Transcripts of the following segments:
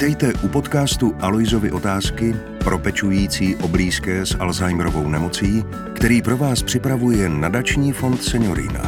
Vítejte u podcastu Aloisovy otázky pro pečující o blízké s Alzheimerovou nemocí, který pro vás připravuje Nadační fond Seniorina.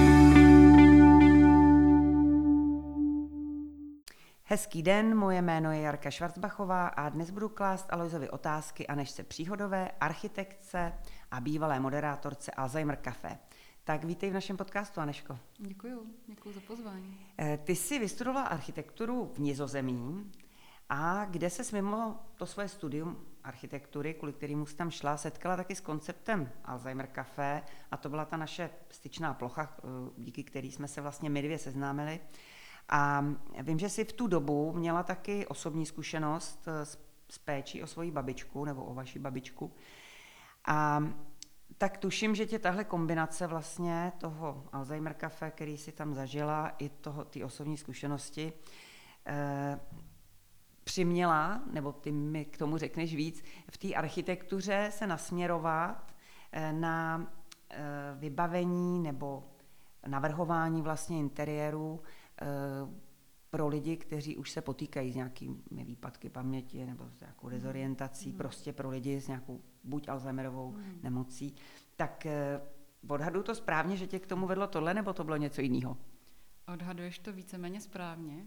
Hezký den, moje jméno je Jarka Švarcbachová a dnes budu klást Aloisovy otázky Anežce Příhodové, architektce a bývalé moderátorce Alzheimer Café. Tak vítej v našem podcastu, Anežko. Děkuju za pozvání. Ty jsi vystudovala architekturu v Nizozemí a kde ses mimo to svoje studium architektury, kvůli kterému jsi tam šla, setkala taky s konceptem Alzheimer Café a to byla ta naše styčná plocha, díky který jsme se vlastně my dvě seznámili. A vím, že jsi v tu dobu měla taky osobní zkušenost s péčí o svoji babičku nebo o vaši babičku. A tak tuším, že tě tahle kombinace vlastně toho Alzheimer Café, který jsi tam zažila, i ty osobní zkušenosti, přiměla, nebo ty mi k tomu řekneš víc, v té architektuře se nasměrovat na vybavení nebo navrhování vlastně interiéru pro lidi, kteří už se potýkají s nějakými výpadky paměti nebo s nějakou dezorientací, prostě pro lidi s nějakou buď Alzheimerovou nemocí. Tak odhaduju to správně, že tě k tomu vedlo tohle, nebo to bylo něco jiného? Odhaduješ to víceméně správně.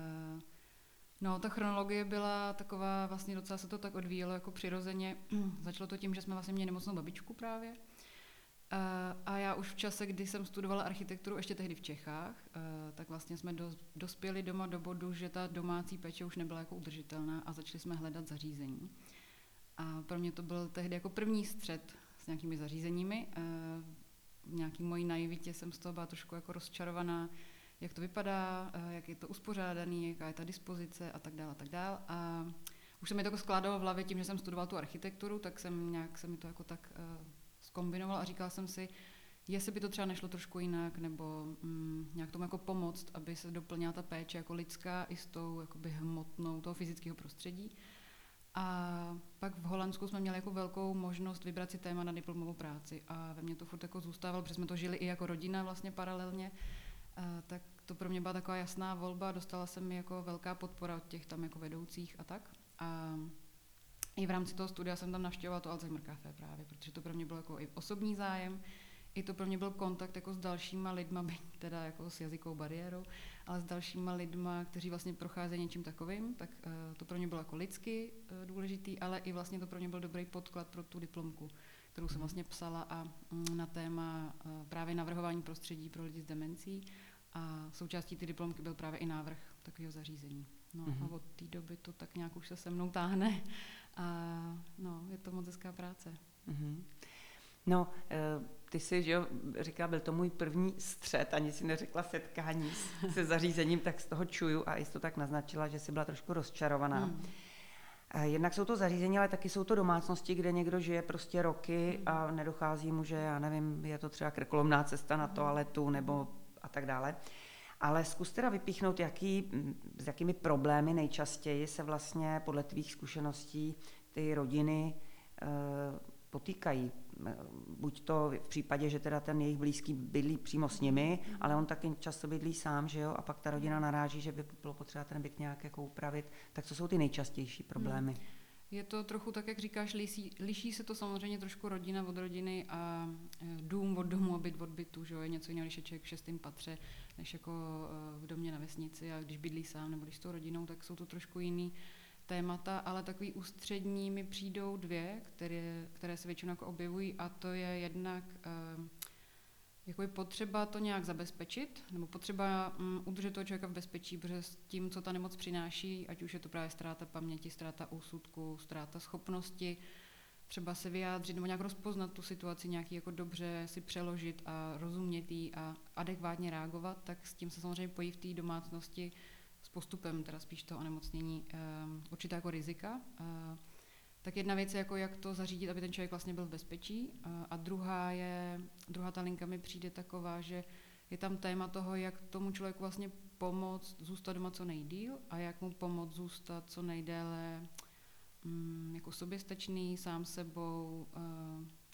No, ta chronologie byla taková, vlastně docela se to tak odvíjelo jako přirozeně. Začalo to tím, že jsme vlastně měli nemocnou babičku právě. A já už v čase, kdy jsem studovala architekturu, ještě tehdy v Čechách, tak vlastně jsme dospěli doma do bodu, že ta domácí péče už nebyla jako udržitelná a začali jsme hledat zařízení. A pro mě to byl tehdy jako první střet s nějakými zařízeními. V nějaký mojí naivitě jsem z toho byla trošku jako rozčarovaná, jak to vypadá, jak je to uspořádaný, jaká je ta dispozice a tak dále a tak dále. A už se mi to jako skládalo v hlavě tím, že jsem studovala tu architekturu, tak jsem nějak se mi to jako tak zkombinovala a říkala jsem si, jestli by to třeba nešlo trošku jinak, nebo nějak tomu jako pomoct, aby se doplnila ta péče jako lidská i s tou jakoby hmotnou toho fyzického prostředí. A pak v Holandsku jsme měli jako velkou možnost vybrat si téma na diplomovou práci a ve mně to furt jako zůstávalo, protože jsme to žili i jako rodina vlastně paralelně, tak to pro mě byla taková jasná volba, dostala jsem mi jako velká podpora od těch tam jako vedoucích a tak. A i v rámci toho studia jsem tam navštěvovala to Alzheimer Café právě, protože to pro mě byl jako i osobní zájem, i to pro mě byl kontakt jako s dalšíma lidma, teda jako s jazykovou bariérou, ale s dalšíma lidma, kteří vlastně procházejí něčím takovým, tak to pro mě bylo jako lidsky důležitý, ale i vlastně to pro mě byl dobrý podklad pro tu diplomku, kterou jsem vlastně psala a na téma právě navrhování prostředí pro lidi s demencí a součástí ty diplomky byl právě i návrh takového zařízení. No a od té doby to tak nějak už se mnou táhne a no, je to moc hezká práce. No, ty jsi, že jo, říkala, byl to můj první střet, ani si neřekla setkání se zařízením, tak z toho čuju a i jsi to tak naznačila, že jsi byla trošku rozčarovaná. Jednak jsou to zařízení, ale taky jsou to domácnosti, kde někdo žije prostě roky a nedochází mu, že já nevím, je to třeba krkolomná cesta na toaletu nebo a tak dále. Ale zkus teda vypíchnout, s jakými problémy nejčastěji se vlastně podle tvých zkušeností ty rodiny potýkají. Buď to v případě, že teda ten jejich blízký bydlí přímo s nimi, ale on taky často bydlí sám, že jo, a pak ta rodina naráží, že by bylo potřeba ten byt nějak jako upravit. Tak co jsou ty nejčastější problémy? Je to trochu tak, jak říkáš, liší se to samozřejmě trošku rodina od rodiny a dům od domu a byt od bytu, že jo, je něco jiného, když je člověk v 6. patře, než jako v domě na vesnici a když bydlí sám nebo když s tou rodinou, tak jsou to trošku jiný témata, ale takový ústřední mi přijdou dvě, které se většinou jako objevují a to je jednak jako je potřeba to nějak zabezpečit, nebo potřeba udržet toho člověka v bezpečí, protože s tím, co ta nemoc přináší, ať už je to právě ztráta paměti, ztráta úsudku, ztráta schopnosti, třeba se vyjádřit nebo nějak rozpoznat tu situaci, nějaký jako dobře si přeložit a rozumět jí a adekvátně reagovat, tak s tím se samozřejmě pojí v té domácnosti s postupem, teda spíš toho onemocnění, určitá jako rizika. Tak jedna věc je, jako jak to zařídit, aby ten člověk vlastně byl v bezpečí a druhá ta linka mi přijde taková, že je tam téma toho, jak tomu člověku vlastně pomoct zůstat doma co nejdýl a jak mu pomoct zůstat co nejdéle jako soběstačný, sám sebou,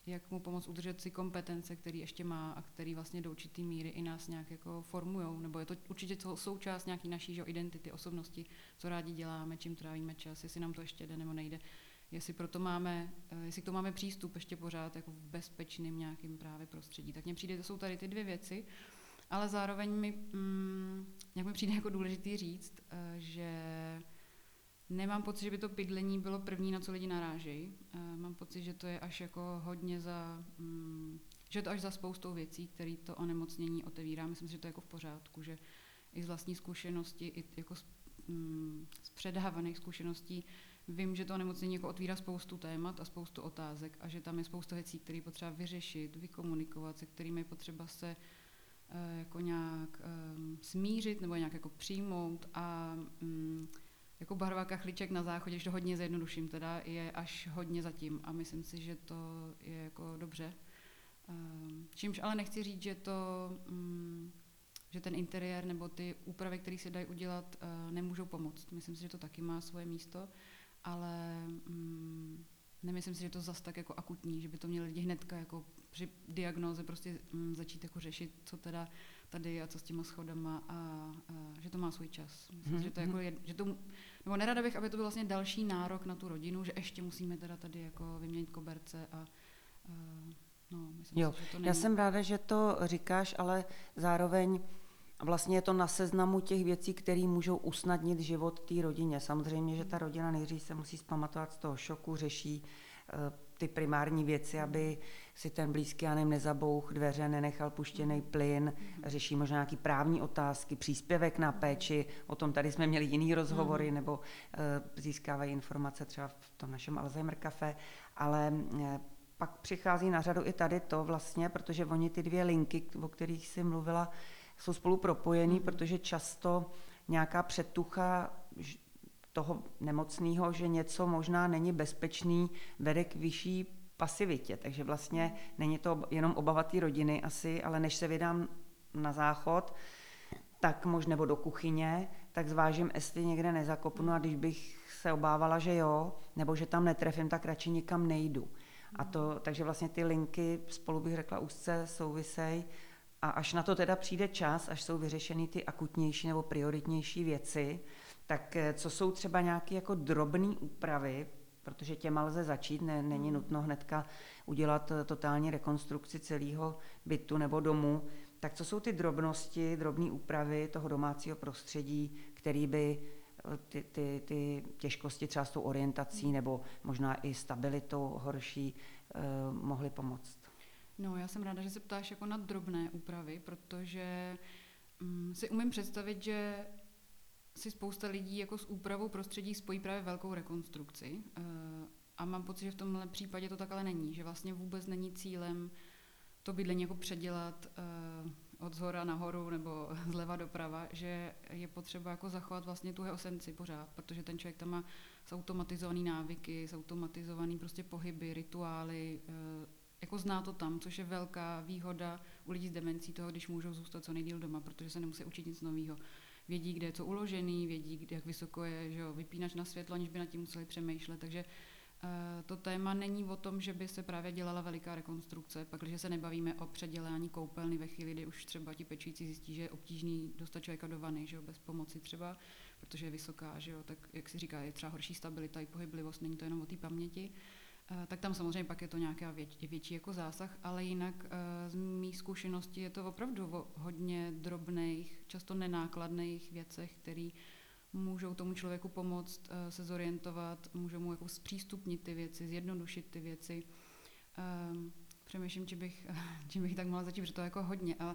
jak mu pomoct udržet si kompetence, který ještě má a který vlastně do určitý míry i nás nějak jako formujou, nebo je to určitě součást nějaký naší, že, identity, osobnosti, co rádi děláme, čím trávíme čas, jestli nám to ještě jde nebo nejde, jestli k tomu máme přístup ještě pořád jako v bezpečným nějakým právě prostředí. Tak mně přijde, to jsou tady ty dvě věci, ale zároveň nějak mi přijde jako důležitý říct, že nemám pocit, že by to bydlení bylo první, na co lidi narážejí. Mám pocit, že to je až jako hodně že je to až za spoustou věcí, které to onemocnění otevírá. Myslím si, že to je jako v pořádku, že i z vlastní zkušenosti, i jako z předávaných zkušeností vím, že to onemocnění jako otvírá spoustu témat a spoustu otázek a že tam je spousta věcí, které je potřeba vyřešit, vykomunikovat, se kterými je potřeba se jako nějak smířit nebo nějak jako přijmout a jako barva kachliček na záchodě, když to hodně zjednoduším, teda je až hodně zatím a myslím si, že to je jako dobře. Čímž ale nechci říct, že ten interiér nebo ty úpravy, které se dají udělat, nemůžou pomoct. Myslím si, že to taky má svoje místo, ale nemyslím si, že to zas tak jako akutní, že by to měli lidi hnedka jako při diagnóze prostě začít jako řešit, co teda tady a co s těma schodama a že to má svůj čas. Myslím, že to jako nebo nerada bych, aby to byl vlastně další nárok na tu rodinu, že ještě musíme teda tady jako vyměnit koberce a myslím jo, si, že to není. Já jsem ráda, že to říkáš, ale zároveň vlastně je to na seznamu těch věcí, které můžou usnadnit život té rodině. Samozřejmě, že ta rodina nejdřív se musí zpamatovat z toho šoku, řeší ty primární věci, aby si ten blízký, já nevím, nezabouch dveře, nenechal puštěný plyn, řeší možná nějaký právní otázky, příspěvek na péči, o tom tady jsme měli jiný rozhovory, nebo získávají informace třeba v tom našem Alzheimer Café, ale pak přichází na řadu i tady to vlastně, protože oni ty dvě linky, o kterých jsi mluvila, jsou spolu propojený, protože často nějaká předtucha toho nemocného, že něco možná není bezpečný, vede k vyšší pasivitě. Takže vlastně není to jenom obava té rodiny asi, ale než se vydám na záchod, tak možná nebo do kuchyně, tak zvážím, jestli někde nezakopnu a když bych se obávala, že jo, nebo že tam netrefím, tak radši nikam nejdu. Takže vlastně ty linky spolu bych řekla úzce souvisej a až na to teda přijde čas, až jsou vyřešeny ty akutnější nebo prioritnější věci, tak co jsou třeba nějaké jako drobné úpravy, protože těma lze začít, není nutno hnedka udělat totální rekonstrukci celého bytu nebo domu, tak co jsou ty drobnosti, drobné úpravy toho domácího prostředí, které by ty těžkosti třeba s tou orientací nebo možná i stabilitou horší mohly pomoct? No, já jsem ráda, že se ptáš jako na drobné úpravy, protože si umím představit, že si spousta lidí jako s úpravou prostředí spojí právě velkou rekonstrukci a mám pocit, že v tomhle případě to tak ale není, že vlastně vůbec není cílem to bydlení jako předělat od zhora nahoru nebo zleva doprava, že je potřeba jako zachovat vlastně tu jeho esenci pořád, protože ten člověk tam má zautomatizovaný návyky, zautomatizovaný prostě pohyby, rituály, jako zná to tam, což je velká výhoda u lidí s demencí toho, když můžou zůstat co nejdýl doma, protože se nemusí učit nic nového. Vědí, kde je co uložený, vědí, jak vysoko je, že jo, vypínač na světlo, aniž by nad tím museli přemýšlet, takže to téma není o tom, že by se právě dělala veliká rekonstrukce, pak když se nebavíme o předělání koupelny ve chvíli, kdy už třeba ti pečující zjistí, že je obtížný dostat člověka do vany, že jo, bez pomoci třeba, protože je vysoká, že jo, tak jak si říká, je třeba horší stabilita i pohyblivost, není to jenom o té paměti, tak tam samozřejmě pak je to nějaká větší jako zásah, ale jinak z mých zkušeností je to opravdu o hodně drobných, často nenákladných věcech, které můžou tomu člověku pomoct se zorientovat, můžou mu jako zpřístupnit ty věci, zjednodušit ty věci. Přemýšlím, čím bych tak mohla začít, protože to je jako hodně. A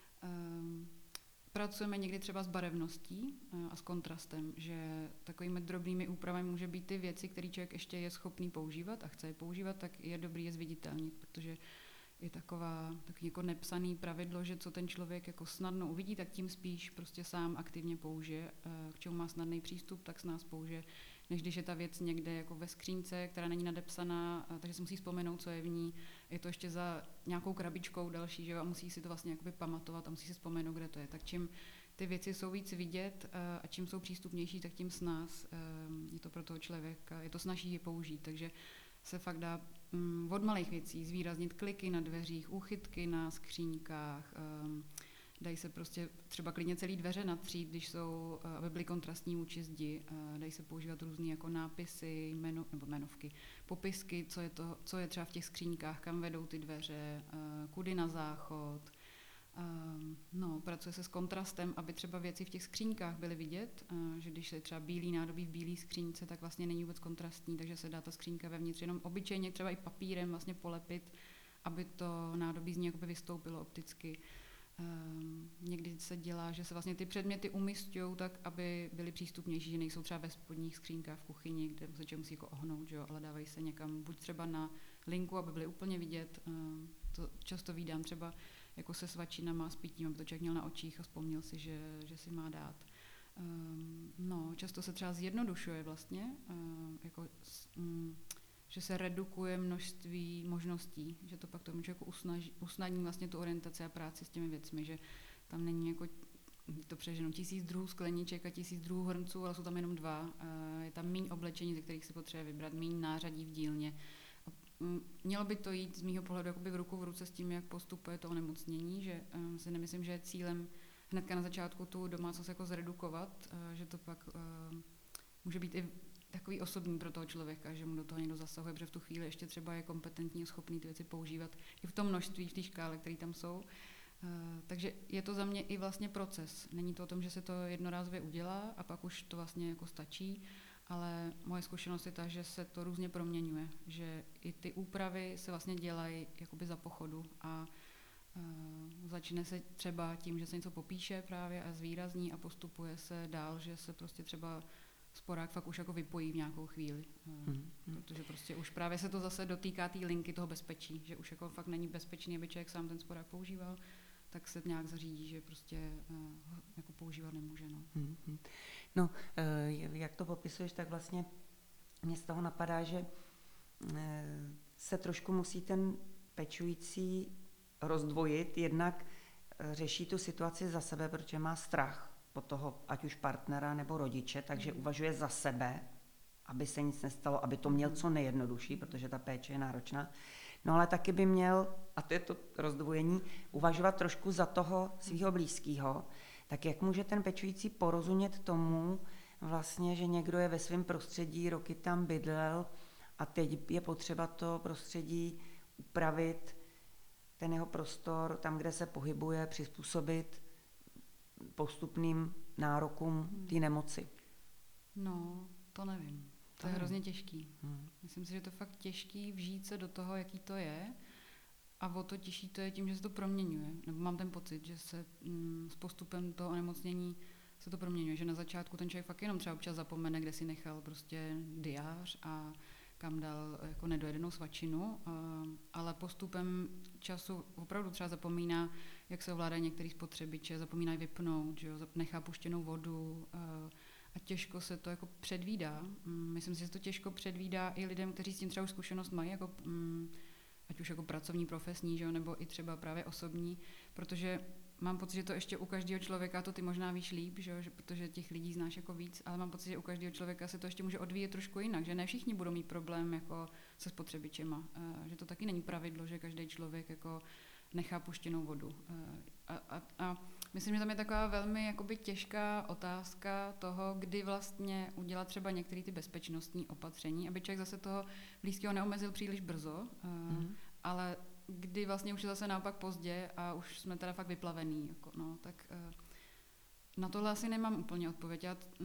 pracujeme někdy třeba s barevností a s kontrastem, že takovými drobnými úpravami může být ty věci, které člověk ještě je schopný používat a chce je používat, tak je dobrý je zviditelnit, protože je takový jako nepsaný pravidlo, že co ten člověk jako snadno uvidí, tak tím spíš prostě sám aktivně použije. K čemu má snadný přístup, tak s nás použije, než když je ta věc někde jako ve skřínce, která není nadepsaná, takže si musí vzpomenout, co je v ní. Je to ještě za nějakou krabičkou další, že jo, a musí si to vlastně jakoby pamatovat a musí si vzpomenout, kde to je. Tak čím ty věci jsou víc vidět a čím jsou přístupnější, tak tím s nás je to pro toho člověka, je to snaží je použít, takže se fakt dá od malých věcí zvýraznit kliky na dveřích, úchytky na skříňkách, dají se prostě třeba klidně celý dveře natřít, když jsou, aby byly kontrastní vůči zdi, dají se používat různý jako nápisy, nebo jmenovky, popisky, co je třeba v těch skříňkách, kam vedou ty dveře, kudy na záchod. Pracuje se s kontrastem, aby třeba věci v těch skříňkách byly vidět, že když je třeba bílý nádobí v bílé skříňce, tak vlastně není vůbec kontrastní, takže se dá ta skříňka vevnitř jenom obyčejně třeba i papírem vlastně polepit, aby to nádobí z ní jakoby vystoupilo opticky. Někdy se dělá, že se vlastně ty předměty umisťují tak, aby byly přístupnější, že nejsou třeba ve spodních skřínkách v kuchyni, kde se člověk musí jako ohnout, že jo, ale dávají se někam buď třeba na linku, aby byly úplně vidět. To často vídám třeba jako se svačinama, s pitím, aby to člověk měl na očích a vzpomněl si, že si má dát. Často se třeba zjednodušuje vlastně, že se redukuje množství možností, že to pak tomu člověku usnadní vlastně tu orientaci a práci s těmi věcmi, že tam není jako to přeženu 1000 druhů skleniček a 1000 druhů hrnců, ale jsou tam jenom 2. Je tam míň oblečení, ze kterých si potřebuje vybrat, míň nářadí v dílně. Mělo by to jít z mýho pohledu jakoby v ruku v ruce s tím, jak postupuje to onemocnění, že si nemyslím, že je cílem hnedka na začátku tu domácnost jako zredukovat, že to pak může být i takový osobní pro toho člověka, že mu do toho někdo zasahuje, protože v tu chvíli ještě třeba je kompetentní a schopný ty věci používat i v tom množství, v té škále, které tam jsou. Takže je to za mě i vlastně proces. Není to o tom, že se to jednorázově udělá a pak už to vlastně jako stačí, ale moje zkušenost je ta, že se to různě proměňuje, že i ty úpravy se vlastně dělají jakoby za pochodu a začne se třeba tím, že se něco popíše právě a zvýrazní a postupuje se dál, že se prostě třeba sporák fakt už jako vypojí v nějakou chvíli, protože prostě už právě se to zase dotýká té linky toho bezpečí, že už jako fakt není bezpečný, aby člověk sám ten sporák používal, tak se nějak zařídí, že prostě jako používat nemůže. No, jak to popisuješ, tak vlastně mě z toho napadá, že se trošku musí ten pečující rozdvojit, jednak řeší tu situaci za sebe, protože má strach od toho, ať už partnera nebo rodiče, takže uvažuje za sebe, aby se nic nestalo, aby to měl co nejjednodušší, protože ta péče je náročná. No ale taky by měl, a to je to rozdvojení, uvažovat trošku za toho svého blízkého. Tak jak může ten pečující porozumět tomu, vlastně, že někdo je ve svém prostředí, roky tam bydlel a teď je potřeba to prostředí upravit, ten jeho prostor, tam, kde se pohybuje, přizpůsobit postupným nárokům té nemoci? No, to nevím. To je hrozně těžký. Myslím si, že to je fakt těžký vžít se do toho, jaký to je, a o to těžší to je tím, že se to proměňuje. Nebo mám ten pocit, že se s postupem toho onemocnění se to proměňuje, že na začátku ten člověk fakt jenom třeba občas zapomene, kde si nechal prostě diář a kam dal jako nedojedenou svačinu, ale postupem času opravdu třeba zapomíná, jak se ovládají některý spotřebiče, zapomínají vypnout, že jo, nechá puštěnou vodu a těžko se to jako předvídá. Myslím si, že se to těžko předvídá i lidem, kteří s tím třeba už zkušenost mají, jako, ať už jako pracovní, profesní, že jo, nebo i třeba právě osobní, protože mám pocit, že to ještě u každého člověka, to ty možná víš líp, že? Protože těch lidí znáš jako víc, ale mám pocit, že u každého člověka se to ještě může odvíjet trošku jinak, že ne všichni budou mít problém jako se spotřebičema, že to taky není pravidlo, že každý člověk jako nechá puštěnou vodu. A myslím, že tam je taková velmi jakoby těžká otázka toho, kdy vlastně udělat třeba některé ty bezpečnostní opatření, aby člověk zase toho blízkého neomezil příliš brzo, ale kdy vlastně už je zase naopak pozdě a už jsme teda fakt vyplavení. Jako, no, tak na tohle asi nemám úplně odpověď.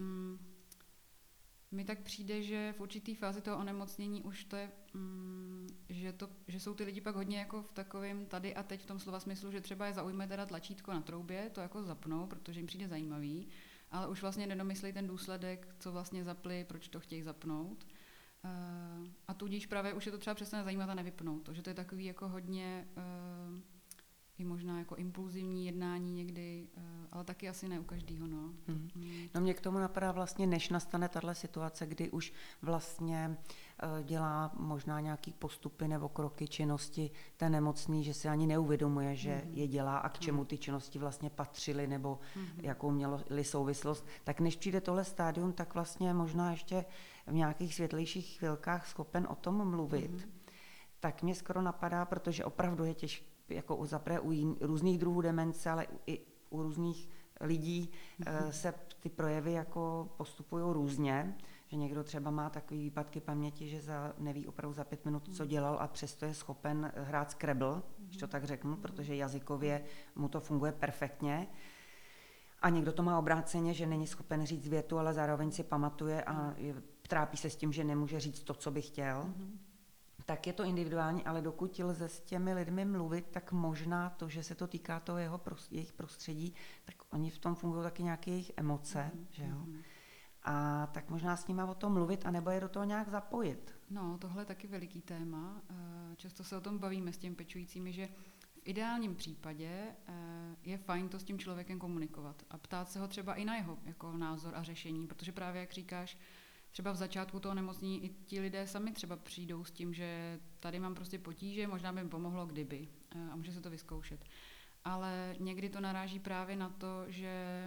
Mi tak přijde, že v určitý fázi toho onemocnění už to je, že jsou ty lidi pak hodně jako v takovém tady a teď v tom slova smyslu, že třeba je zaujme teda tlačítko na troubě, to jako zapnou, protože jim přijde zajímavý, ale už vlastně nedomyslí ten důsledek, co vlastně zapli, proč to chtějí zapnout. A tudíž právě už je to třeba přestane zajímat a nevypnout to, že to je takový jako hodně i možná jako impulzivní jednání někdy, ale taky asi ne u každého, no. No mě k tomu napadá vlastně, než nastane tahle situace, kdy už vlastně dělá možná nějaký postupy nebo kroky, činnosti ten nemocný, že si ani neuvědomuje, že je dělá a k čemu ty činnosti vlastně patřily nebo jakou měly souvislost, tak než přijde tohle stádium, tak vlastně možná ještě v nějakých světlejších chvilkách schopen o tom mluvit. tak mě skoro napadá, protože opravdu je těžké, jako zaprvé u různých druhů demence, ale i u různých lidí se ty projevy jako postupují různě, že někdo třeba má takový výpadky paměti, že neví opravdu za 5 minut, co dělal a přesto je schopen hrát Scrabble, když to tak řeknu, protože jazykově mu to funguje perfektně. A někdo to má obráceně, že není schopen říct větu, ale zároveň si pamatuje a trápí se s tím, že nemůže říct to, co by chtěl. Tak je to individuální, ale dokud lze s těmi lidmi mluvit, tak možná to, že se to týká toho jejich prostředí, tak oni v tom fungují taky nějaké jejich emoce, že jo? A tak možná s nimi o tom mluvit, anebo je do toho nějak zapojit. No, tohle je taky veliký téma. Často se o tom bavíme s těmi pečujícími, že v ideálním případě je fajn to s tím člověkem komunikovat a ptát se ho třeba i na jeho jako názor a řešení, protože právě, jak říkáš, třeba v začátku toho onemocnění i ti lidé sami třeba přijdou s tím, že tady mám prostě potíže, možná by mi pomohlo, kdyby. A může se to vyzkoušet. Ale někdy to naráží právě na to, že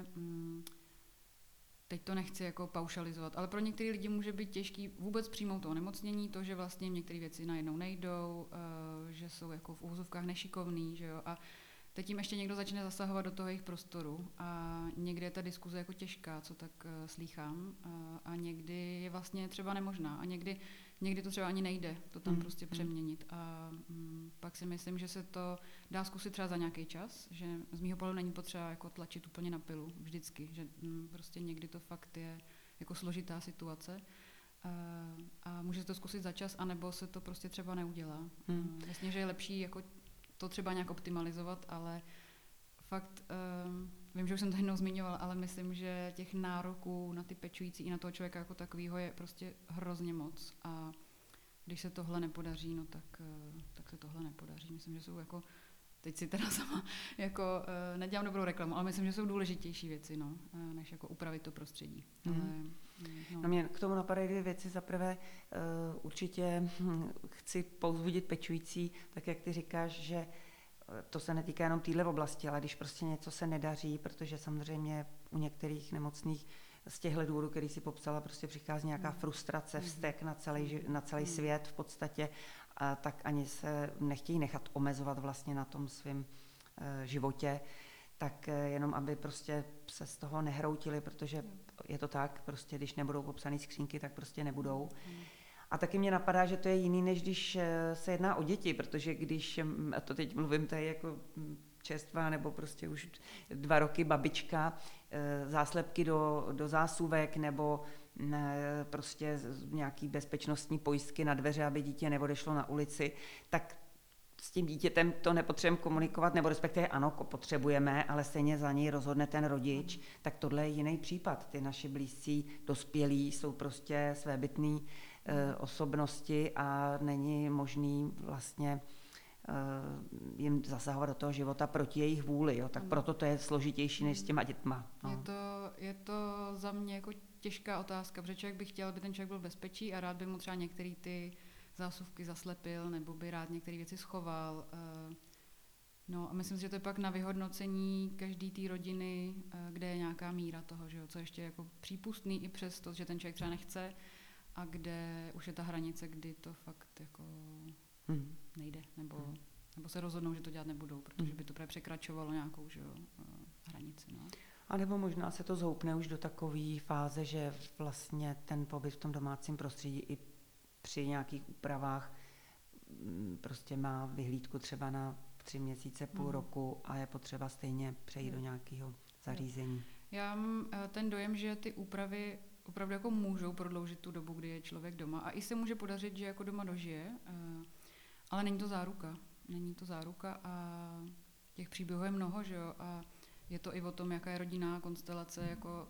teď to nechci jako paušalizovat, ale pro některé lidi může být těžký vůbec přijmout to onemocnění, to, že vlastně některé věci najednou nejdou, že jsou jako v úvozovkách nešikovný, že jo, a teď tím ještě někdo začne zasahovat do toho jejich prostoru a někdy je ta diskuze jako těžká, co tak slýchám, a někdy je vlastně třeba nemožná a někdy to třeba ani nejde to tam prostě přeměnit a pak si myslím, že se to dá zkusit třeba za nějaký čas, že z mýho pohledu není potřeba jako tlačit úplně na pilu vždycky, že prostě někdy to fakt je jako složitá situace a může se to zkusit za čas, anebo se to prostě třeba neudělá. Jasně, že je lepší jako to třeba nějak optimalizovat, ale fakt, vím, že už jsem to jednou zmiňovala, ale myslím, že těch nároků na ty pečující i na toho člověka jako takovýho je prostě hrozně moc a když se tohle nepodaří, no tak se tohle nepodaří. Myslím, že jsou jako, teď si teda sama jako nedělám dobrou reklamu, ale myslím, že jsou důležitější věci, no, než jako upravit to prostředí. Ale, No mě k tomu napadají 2 věci. Za prvé určitě chci povzbudit pečující, tak jak ty říkáš, že to se netýká jenom téhle oblasti, ale když prostě něco se nedaří, protože samozřejmě u některých nemocných z těchto důvodů, který si popsala, prostě přichází nějaká frustrace, vztek na celý svět v podstatě, a tak ani se nechtějí nechat omezovat vlastně na tom svém životě, tak jenom aby prostě se z toho nehroutili, protože je to tak, prostě když nebudou popsané skřínky, tak prostě nebudou. A taky mě napadá, že to je jiný, než když se jedná o děti, protože když, a to teď mluvím tady jako čerstvá nebo prostě už 2 roky babička, záslepky do zásuvek nebo prostě nějaký bezpečnostní pojistky na dveře, aby dítě neodešlo na ulici, tak s tím dítětem to nepotřebujeme komunikovat, nebo respektive ano, potřebujeme, ale stejně za něj rozhodne ten rodič, tak tohle je jiný případ. Ty naši blízcí dospělí jsou prostě svébytný osobnosti a není možný vlastně jim zasahovat do toho života proti jejich vůli. Jo? Tak proto to je složitější než s těma dětma. No. Je to za mě jako těžká otázka, protože člověk by chtěl, aby ten člověk byl v bezpečí a rád by mu třeba některé ty zásuvky zaslepil nebo by rád některé věci schoval. No a myslím si, že to je pak na vyhodnocení každé té rodiny, kde je nějaká míra toho, že jo, co ještě jako přípustný i přes to, že ten člověk třeba nechce a kde už je ta hranice, kdy to fakt jako nejde, nebo se rozhodnou, že to dělat nebudou, protože by to právě překračovalo nějakou, že jo, hranici. No. A nebo možná se to zhoupne už do takové fáze, že vlastně ten pobyt v tom domácím prostředí i při nějakých úpravách prostě má vyhlídku třeba na 3 měsíce, půl roku a je potřeba stejně přejít do nějakého zařízení. Já mám ten dojem, že ty úpravy opravdu jako můžou prodloužit tu dobu, kdy je člověk doma a i se může podařit, že jako doma dožije, ale není to záruka. Není to záruka a těch příběhů je mnoho, že jo, a je to i o tom, jaká je rodinná konstelace, jako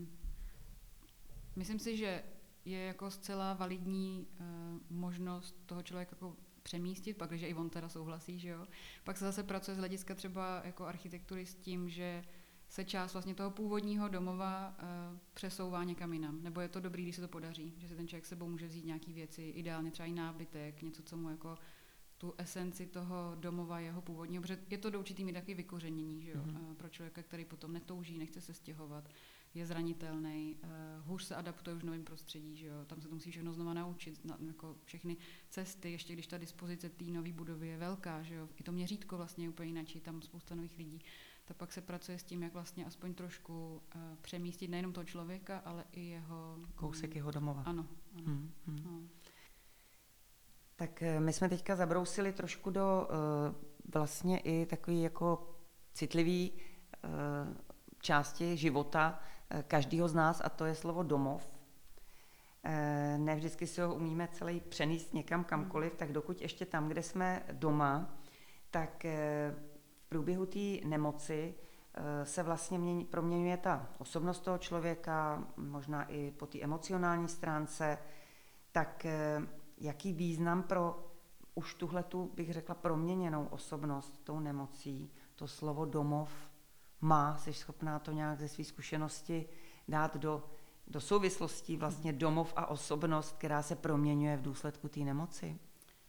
myslím si, že je jako zcela validní možnost toho člověka jako přemístit, pak když i on teda souhlasí, že jo. Pak se zase pracuje z hlediska třeba jako architektury s tím, že se část vlastně toho původního domova přesouvá někam jinam. Nebo je to dobrý, když se to podaří, že si ten člověk sebou může vzít nějaký věci, ideálně třeba i nábytek, něco, co mu jako tu esenci toho domova jeho původního, protože je to do určitý míry taky vykořenění, že jo? Pro člověka, který potom netouží, nechce se stěhovat, je zranitelný, hůř se adaptuje už v novém prostředí, že jo? Tam se to musí všechno znova naučit, jako všechny cesty, ještě když ta dispozice té nové budovy je velká, že jo? I to měřítko vlastně je úplně jinak, tam spousta nových lidí, tak pak se pracuje s tím, jak vlastně aspoň trošku přemístit nejenom toho člověka, ale i jeho... Kousek jeho domova. Ano. No. Tak my jsme teďka zabrousili trošku do vlastně i takový jako citlivý části života každého z nás, a to je slovo domov. Ne vždycky si ho umíme celý přenést někam kamkoliv, tak dokud ještě tam, kde jsme doma, tak v průběhu té nemoci se vlastně proměňuje ta osobnost toho člověka, možná i po té emocionální stránce, tak jaký význam pro už tuhletu, bych řekla, proměněnou osobnost tou nemocí, to slovo domov má, jsi schopná to nějak ze své zkušenosti dát do souvislostí vlastně domov a osobnost, která se proměňuje v důsledku té nemoci?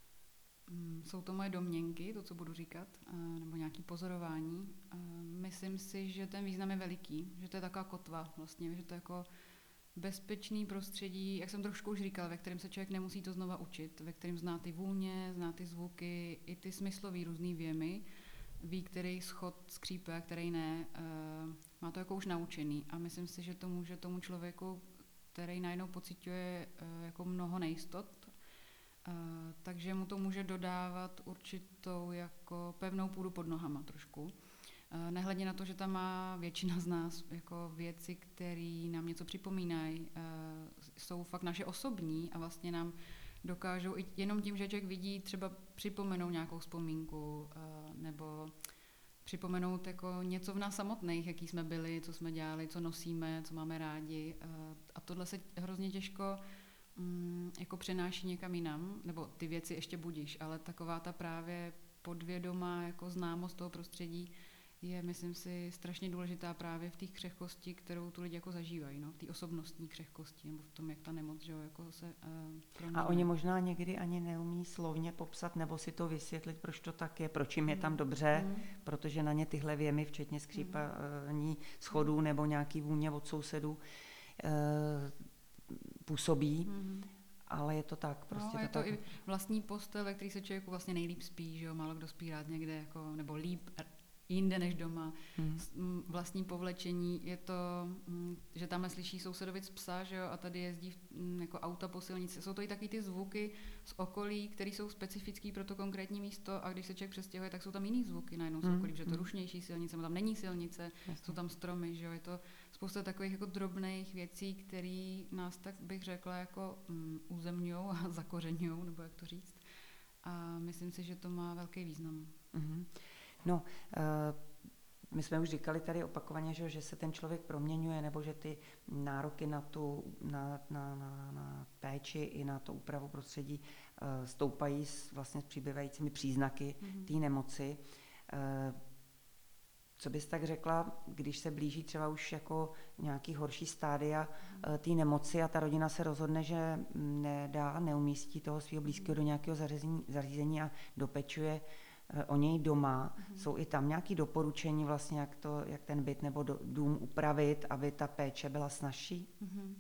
Jsou to moje domněnky, to, co budu říkat, nebo nějaké pozorování. Myslím si, že ten význam je veliký, že to je taková kotva vlastně, že to je jako bezpečný prostředí, jak jsem trošku už říkala, ve kterém se člověk nemusí to znova učit, ve kterém zná ty vůně, zná ty zvuky, i ty smyslový různý věmy, ví, který schod skřípe a který ne, má to jako už naučený a myslím si, že to může tomu člověku, který najednou pociťuje jako mnoho nejistot, takže mu to může dodávat určitou jako pevnou půdu pod nohama trošku. Nehledě na to, že tam má většina z nás jako věci, které nám něco připomínají, jsou fakt naše osobní a vlastně nám dokážou i jenom tím, že člověk vidí, třeba připomenout nějakou vzpomínku nebo připomenout jako něco v nás samotných, jaký jsme byli, co jsme dělali, co nosíme, co máme rádi. A tohle se hrozně těžko jako přenáší někam jinam, nebo ty věci ještě budíš, ale taková ta právě podvědomá jako známost toho prostředí je, myslím si, strašně důležitá právě v té křehkosti, kterou tu lidi jako zažívají, no, v té osobnostní křehkosti, nebo v tom, jak ta nemoc, že jo, jako se proměňuje. A oni možná někdy ani neumí slovně popsat nebo si to vysvětlit, proč to tak je, proč jim je tam dobře, protože na ně tyhle věmy, včetně skřípání schodů nebo nějaký vůně od sousedů, působí. Ale je to tak, prostě no, je to tak. I vlastní postel, ve který se člověku vlastně nejlíp spí, že jo, málo kdo spí rád někde, jako, nebo líp jinde než doma. Vlastní povlečení, je to, že tam slyší sousedovic psa, že jo, a tady jezdí jako auta po silnici. Jsou to i taky ty zvuky z okolí, které jsou specifický pro to konkrétní místo, a když se člověk přestěhuje, tak jsou tam jiný zvuky najednou z okolí, že to rušnější silnice, tam není silnice, jsou tam stromy, že jo, je to spousta takových jako drobných věcí, které nás, tak bych řekla, jako uzemňujou a zakořeňujou, nebo jak to říct. A myslím si, že to má velký význam. No, my jsme už říkali tady opakovaně, že se ten člověk proměňuje, nebo že ty nároky na péči i na tu úpravu prostředí stoupají vlastně s přibývajícími příznaky té nemoci. Co bys tak řekla, když se blíží třeba už jako nějaký horší stádia té nemoci a ta rodina se rozhodne, že neumístí toho svého blízkého do nějakého zařízení a dopečuje o něj doma. Jsou i tam nějaké doporučení vlastně, jak ten byt nebo dům upravit, aby ta péče byla snazší?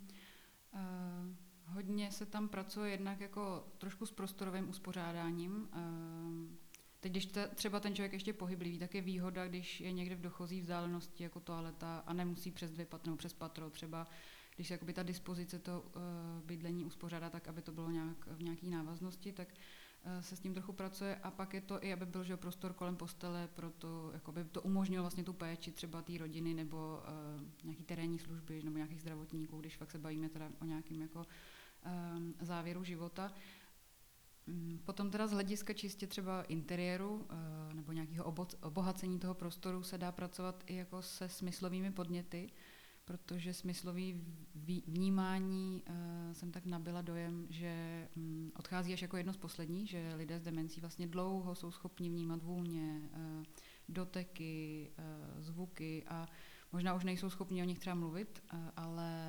Hodně se tam pracuje jednak jako trošku s prostorovým uspořádáním. Teď, když třeba ten člověk ještě pohyblivý, tak je výhoda, když je někde v dochozí vzdálenosti jako toaleta a nemusí přes 2 patra nebo přes patro třeba, když se jakoby ta dispozice toho bydlení uspořádá tak, aby to bylo v nějaké návaznosti, tak se s tím trochu pracuje a pak je to i, aby byl prostor kolem postele, proto jakoby to umožnilo vlastně tu péči třeba té rodiny nebo nějaký terénní služby nebo nějakých zdravotníků, když fakt se bavíme teda o nějakém jako závěru života. Potom teda z hlediska čistě třeba interiéru nebo nějakého obohacení toho prostoru se dá pracovat i jako se smyslovými podněty, protože smyslový vnímání jsem tak nabyla dojem, že odchází až jako jedno z posledních, že lidé s demencí vlastně dlouho jsou schopni vnímat vůně, doteky, zvuky a možná už nejsou schopni o nich třeba mluvit, ale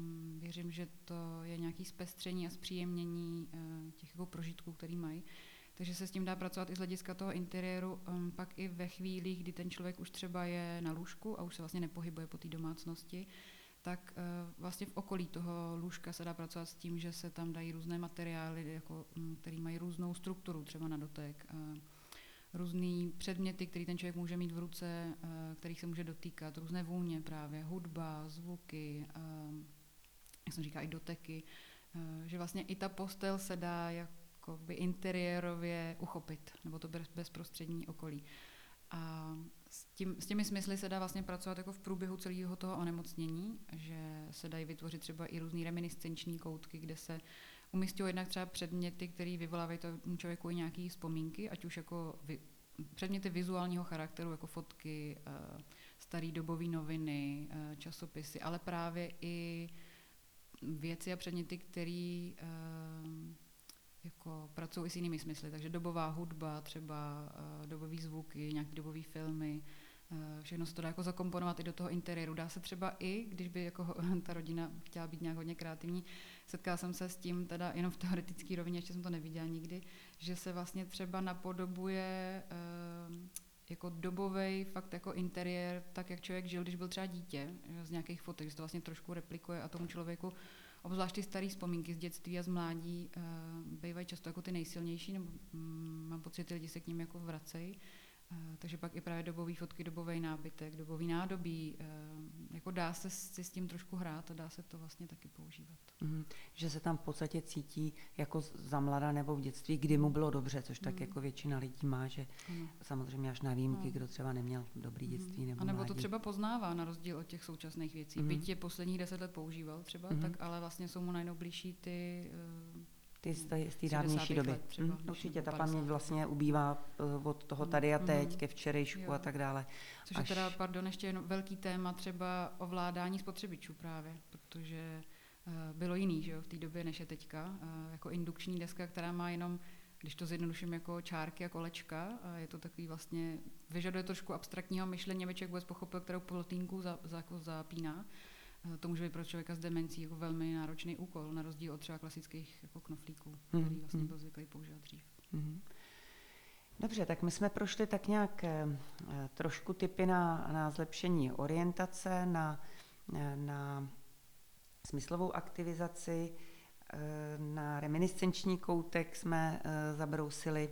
věřím, že to je nějaké zpestření a zpříjemnění těch jako prožitků, který mají. Takže se s tím dá pracovat i z hlediska toho interiéru, pak i ve chvílích, kdy ten člověk už třeba je na lůžku a už se vlastně nepohybuje po té domácnosti, tak vlastně v okolí toho lůžka se dá pracovat s tím, že se tam dají různé materiály, jako, které mají různou strukturu, třeba na dotek, různý předměty, který ten člověk může mít v ruce, kterých se může dotýkat, různé vůně právě, hudba, zvuky, jak jsem říká, i doteky, že vlastně i ta postel se dá jakoby interiérově uchopit, nebo to bezprostřední okolí. A s těmi smysly se dá vlastně pracovat jako v průběhu celého toho onemocnění, že se dají vytvořit třeba i různý reminiscenční koutky, kde se umístějí jednak třeba předměty, které vyvolávají tomu člověku i nějaké vzpomínky, ať už jako předměty vizuálního charakteru, jako fotky, staré dobové noviny, časopisy, ale právě i věci a předměty, které jako pracují i s jinými smysly. Takže dobová hudba, třeba dobový zvuky, nějaké dobové filmy, všechno se to dá jako zakomponovat i do toho interiéru. Dá se třeba i, když by jako ta rodina chtěla být nějak hodně kreativní, setkala jsem se s tím teda jenom v teoretické rovině, ještě jsem to neviděla nikdy, že se vlastně třeba napodobuje jako dobovej fakt jako interiér, tak jak člověk žil, když byl třeba dítě, z nějakých fotek, že se to vlastně trošku replikuje a tomu člověku, obzvlášť ty staré vzpomínky z dětství a z mládí, bývají často jako ty nejsilnější, nebo mám pocit, že lidi se k ním jako vracejí. Takže pak i právě dobový fotky, dobový nábytek, dobový nádobí, jako dá se si s tím trošku hrát a dá se to vlastně taky používat. Že se tam v podstatě cítí jako za mlada nebo v dětství, kdy mu bylo dobře, což tak jako většina lidí má, že samozřejmě až na výjimky, kdo třeba neměl dobrý dětství nebo a nebo mládí. To třeba poznává na rozdíl od těch současných věcí. Byť je posledních 10 let používal třeba, tak ale vlastně jsou mu nejbližší ty z té dávnější doby. Určitě ta paměť vlastně ubývá od toho tady a teď ke včerejšku a tak dále. Což je teda, ještě jenom velký téma třeba ovládání spotřebičů právě, protože bylo jiný, že jo, v té době, než je teďka. Jako indukční deska, která má jenom, když to zjednoduším, jako čárky a kolečka, a je to takový vlastně, vyžaduje trošku abstraktního myšlení, aby člověk vůbec pochopil, kterou plotínku zapíná. To může být pro člověka s demencí jako velmi náročný úkol, na rozdíl od třeba klasických jako knoflíků, který vlastně byl zvyklý používat dřív. Dobře, tak my jsme prošli tak nějak trošku tipy na zlepšení orientace, na smyslovou aktivizaci, na reminiscenční koutek jsme zabrousili.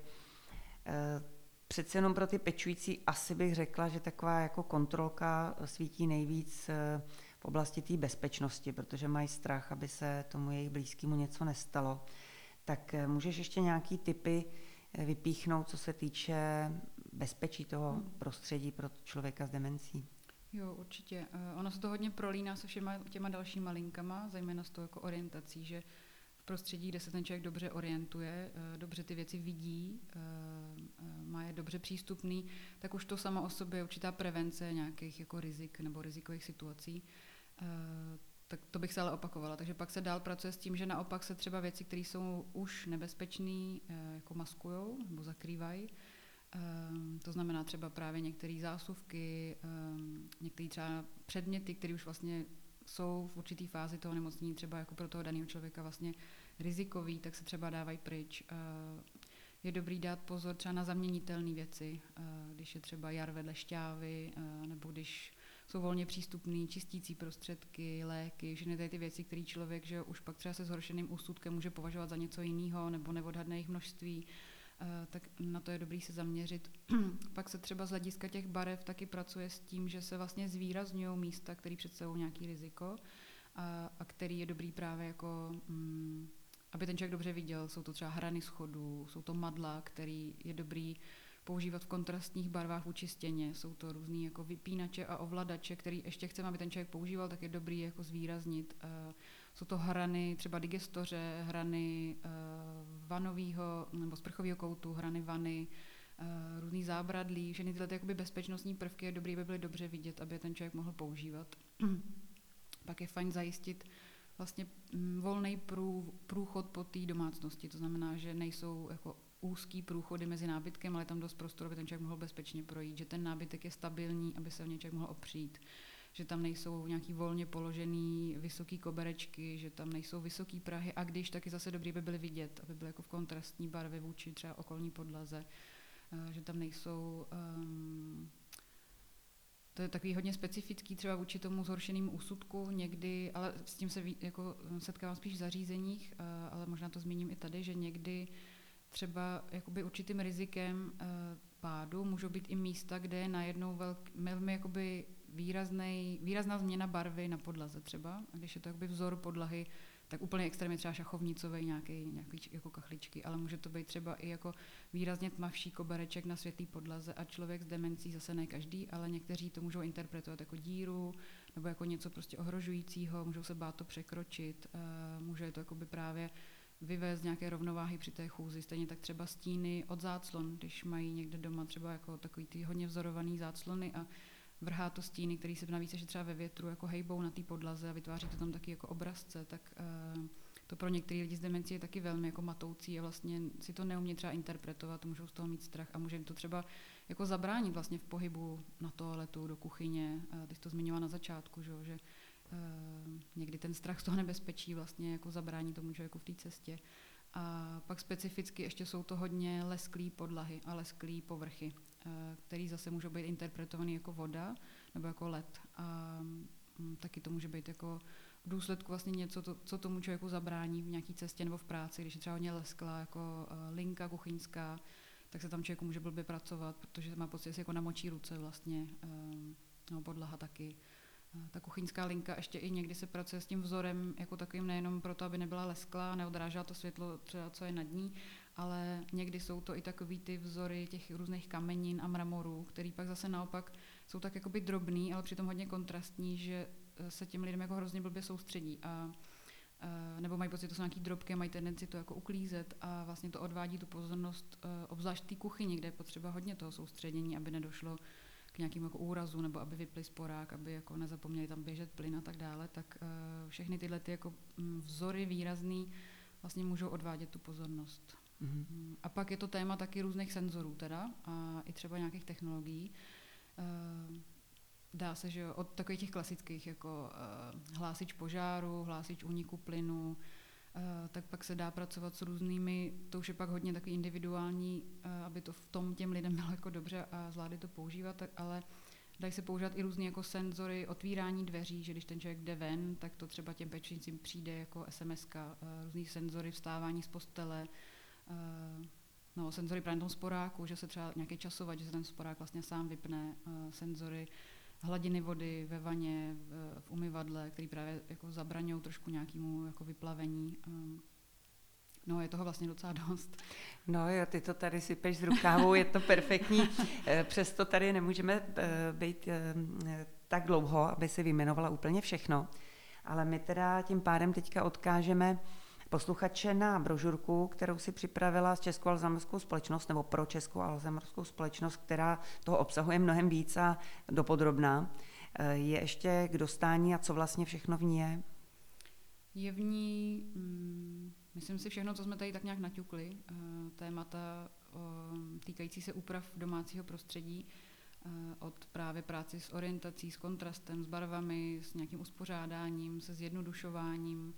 Přece jenom pro ty pečující asi bych řekla, že taková jako kontrolka svítí nejvíc v oblasti té bezpečnosti, protože mají strach, aby se tomu jejich blízkému něco nestalo. Tak můžeš ještě nějaký tipy vypíchnout, co se týče bezpečí toho prostředí pro člověka s demencí? Jo, určitě. Ono se to hodně prolíná se všema těma dalšíma linkama, zejména s tou jako orientací, že v prostředí, kde se ten člověk dobře orientuje, dobře ty věci vidí, má je dobře přístupný, tak už to samo o sobě je určitá prevence nějakých jako rizik nebo rizikových situací. Tak to bych se ale opakovala. Takže pak se dál pracuje s tím, že naopak se třeba věci, které jsou už nebezpečné, jako maskujou nebo zakrývají. To znamená třeba právě některé zásuvky, některé třeba předměty, které už vlastně jsou v určitý fázi toho nemocnění, třeba jako pro toho daného člověka vlastně rizikový, tak se třeba dávají pryč. Je dobrý dát pozor třeba na zaměnitelné věci, když je třeba jar vedle šťávy, nebo když jsou volně přístupné čistící prostředky, léky, všechny ty věci, které člověk, že už pak třeba se zhoršeným úsudkem může považovat za něco jiného nebo neodhadne jejich množství, tak na to je dobrý se zaměřit. Pak se třeba z hlediska těch barev taky pracuje s tím, že se vlastně zvýrazňují místa, které představují nějaký riziko a který je dobrý právě jako, aby ten člověk dobře viděl. Jsou to třeba hrany schodů, jsou to madla, který je dobrý používat v kontrastních barvách vůči stěně. Jsou to různý jako vypínače a ovladače, který ještě chceme, aby ten člověk používal, tak je dobrý jako zvýraznit. Jsou to hrany, třeba digestoře, hrany vanového nebo sprchového koutu, hrany vany, různý zábradlí, všechny tyhle jakoby bezpečnostní prvky je dobrý, aby byly dobře vidět, aby ten člověk mohl používat. Pak je fajn zajistit vlastně volný průchod po té domácnosti, to znamená, že nejsou jako úzký průchody mezi nábytkem, ale je tam dost prostoru, aby ten člověk mohl bezpečně projít, že ten nábytek je stabilní, aby se o něj člověk mohl opřít, že tam nejsou nějaký volně položený vysoký koberečky, že tam nejsou vysoký prahy a když, tak je zase dobrý, by byly vidět, aby byly jako v kontrastní barvě vůči třeba okolní podlaze, že tam nejsou... To je takový hodně specifický třeba vůči tomu zhoršenému úsudku někdy, ale s tím se jako setkávám spíš v zařízeních, ale možná to zmíním i tady, že někdy třeba jakoby určitým rizikem pádu můžou být i místa, kde je najednou velmi jakoby výrazná změna barvy na podlaze třeba. A když je to jakoby vzor podlahy, tak úplně extrémně třeba šachovnicový nějaký jako kachličky, ale může to být třeba i jako výrazně tmavší kobereček na světlý podlaze a člověk s demencí zase ne každý, ale někteří to můžou interpretovat jako díru nebo jako něco prostě ohrožujícího, můžou se bát to překročit, může to jakoby právě vyvést nějaké rovnováhy při té chůzi, stejně tak třeba stíny od záclon, když mají někde doma třeba jako takový ty hodně vzorovaný záclony a vrhá to stíny, který se navíc ještě třeba ve větru jako hejbou na té podlaze a vytváří to tam taky jako obrazce, tak to pro některé lidi s demencí je taky velmi jako matoucí a vlastně si to neumějí třeba interpretovat, můžou z toho mít strach a může jim to třeba jako zabránit vlastně v pohybu na toaletu, do kuchyně, ty jsi to zmiňovala na začátku, že někdy ten strach z toho nebezpečí vlastně jako zabrání tomu člověku v té cestě. A pak specificky ještě jsou to hodně lesklý podlahy a lesklý povrchy, který zase můžou být interpretovaný jako voda nebo jako led. A taky to může být jako v důsledku vlastně něco, co tomu člověku zabrání v nějaké cestě nebo v práci, když je třeba hodně lesklá jako linka kuchyňská, tak se tam člověku může blbě pracovat, protože má pocit, že si jako namočí ruce vlastně, no, podlaha taky. Ta kuchyňská linka ještě i někdy se pracuje s tím vzorem jako takovým nejenom proto, aby nebyla lesklá, neodrážela to světlo třeba, co je nad ní, ale někdy jsou to i takový ty vzory těch různých kamenin a mramorů, který pak zase naopak jsou tak jakoby drobný, ale přitom hodně kontrastní, že se těm lidem jako hrozně blbě soustředí a nebo mají pocit, že to jsou nějaký drobky a mají tendenci to jako uklízet a vlastně to odvádí tu pozornost, obzvlášť v té kuchyni, kde je potřeba hodně toho soustředění, aby nedošlo k nějakým jako úrazu, nebo aby vypli sporák, aby jako nezapomněli tam běžet plyn a tak dále, tak všechny tyhle ty jako vzory výrazný vlastně můžou odvádět tu pozornost. Mm-hmm. A pak je to téma taky různých senzorů teda a i třeba nějakých technologií. Dá se, že od takových těch klasických jako hlásič požáru, hlásič úniku plynu, tak pak se dá pracovat s různými, to už je pak hodně takový individuální, aby to v tom těm lidem bylo jako dobře a zvládli to používat, tak, ale dají se používat i různý jako senzory otvírání dveří, že když ten člověk jde ven, tak to třeba těm pečujícím přijde jako SMS-ka, různý senzory vstávání z postele, no, senzory právě na tom sporáku, že se třeba nějaký časovat, že se ten sporák vlastně sám vypne, senzory hladiny vody ve vaně, v umyvadle, který právě jako zabraňují trošku nějakému jako vyplavení. No, je toho vlastně docela dost. No jo, ty to tady sypeš z rukávu, je to perfektní. Přesto tady nemůžeme být tak dlouho, aby si vyjmenovala úplně všechno. Ale my teda tím pádem teďka odkážeme posluchače na brožurku, kterou si připravila s Českou alzheimerskou společnost, nebo pro Českou alzheimerskou společnost, která toho obsahuje mnohem víc a dopodrobná. Je ještě k dostání a co vlastně všechno v ní je? Je v ní, myslím si, všechno, co jsme tady tak nějak naťukli, témata týkající se úprav domácího prostředí, od právě práci s orientací, s kontrastem, s barvami, s nějakým uspořádáním, se zjednodušováním.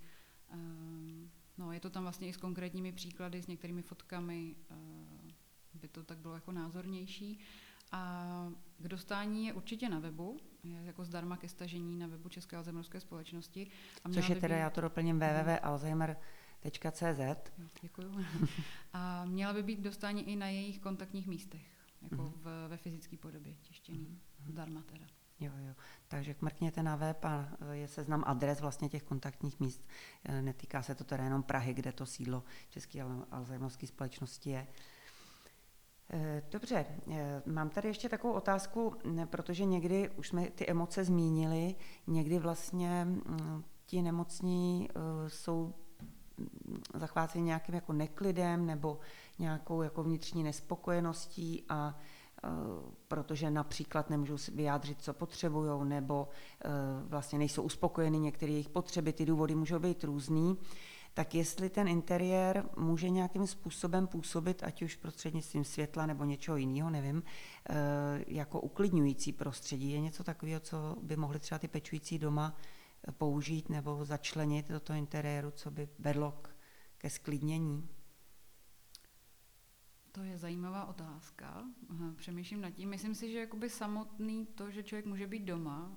No, je to tam vlastně i s konkrétními příklady, s některými fotkami, by to tak bylo jako názornější. A k dostání je určitě na webu, je jako zdarma ke stažení na webu České alzheimerské společnosti. Což je teda, já to doplním, www.alzheimer.cz. Děkuju. A měla by být k dostání i na jejich kontaktních místech, jako ve fyzické podobě tištěný, zdarma teda. Jo. Takže mrkněte na web a je seznam adres vlastně těch kontaktních míst. Netýká se to teda jenom Prahy, kde to sídlo České alzheimerské společnosti je. Dobře, mám tady ještě takovou otázku, protože někdy už jsme ty emoce zmínili, někdy vlastně ti nemocní jsou zachváceni nějakým jako neklidem nebo nějakou jako vnitřní nespokojeností a protože například nemůžou si vyjádřit, co potřebujou, nebo vlastně nejsou uspokojeny některé jejich potřeby, ty důvody můžou být různý. tak jestli ten interiér může nějakým způsobem působit, ať už prostřednictvím světla nebo něčeho jiného, nevím, jako uklidňující prostředí. Je něco takového, co by mohli třeba ty pečující doma použít nebo začlenit do toho interiéru, co by vedlo ke sklidnění? To je zajímavá otázka. Přemýšlím nad tím. Myslím si, že jakoby samotný to, že člověk může být doma,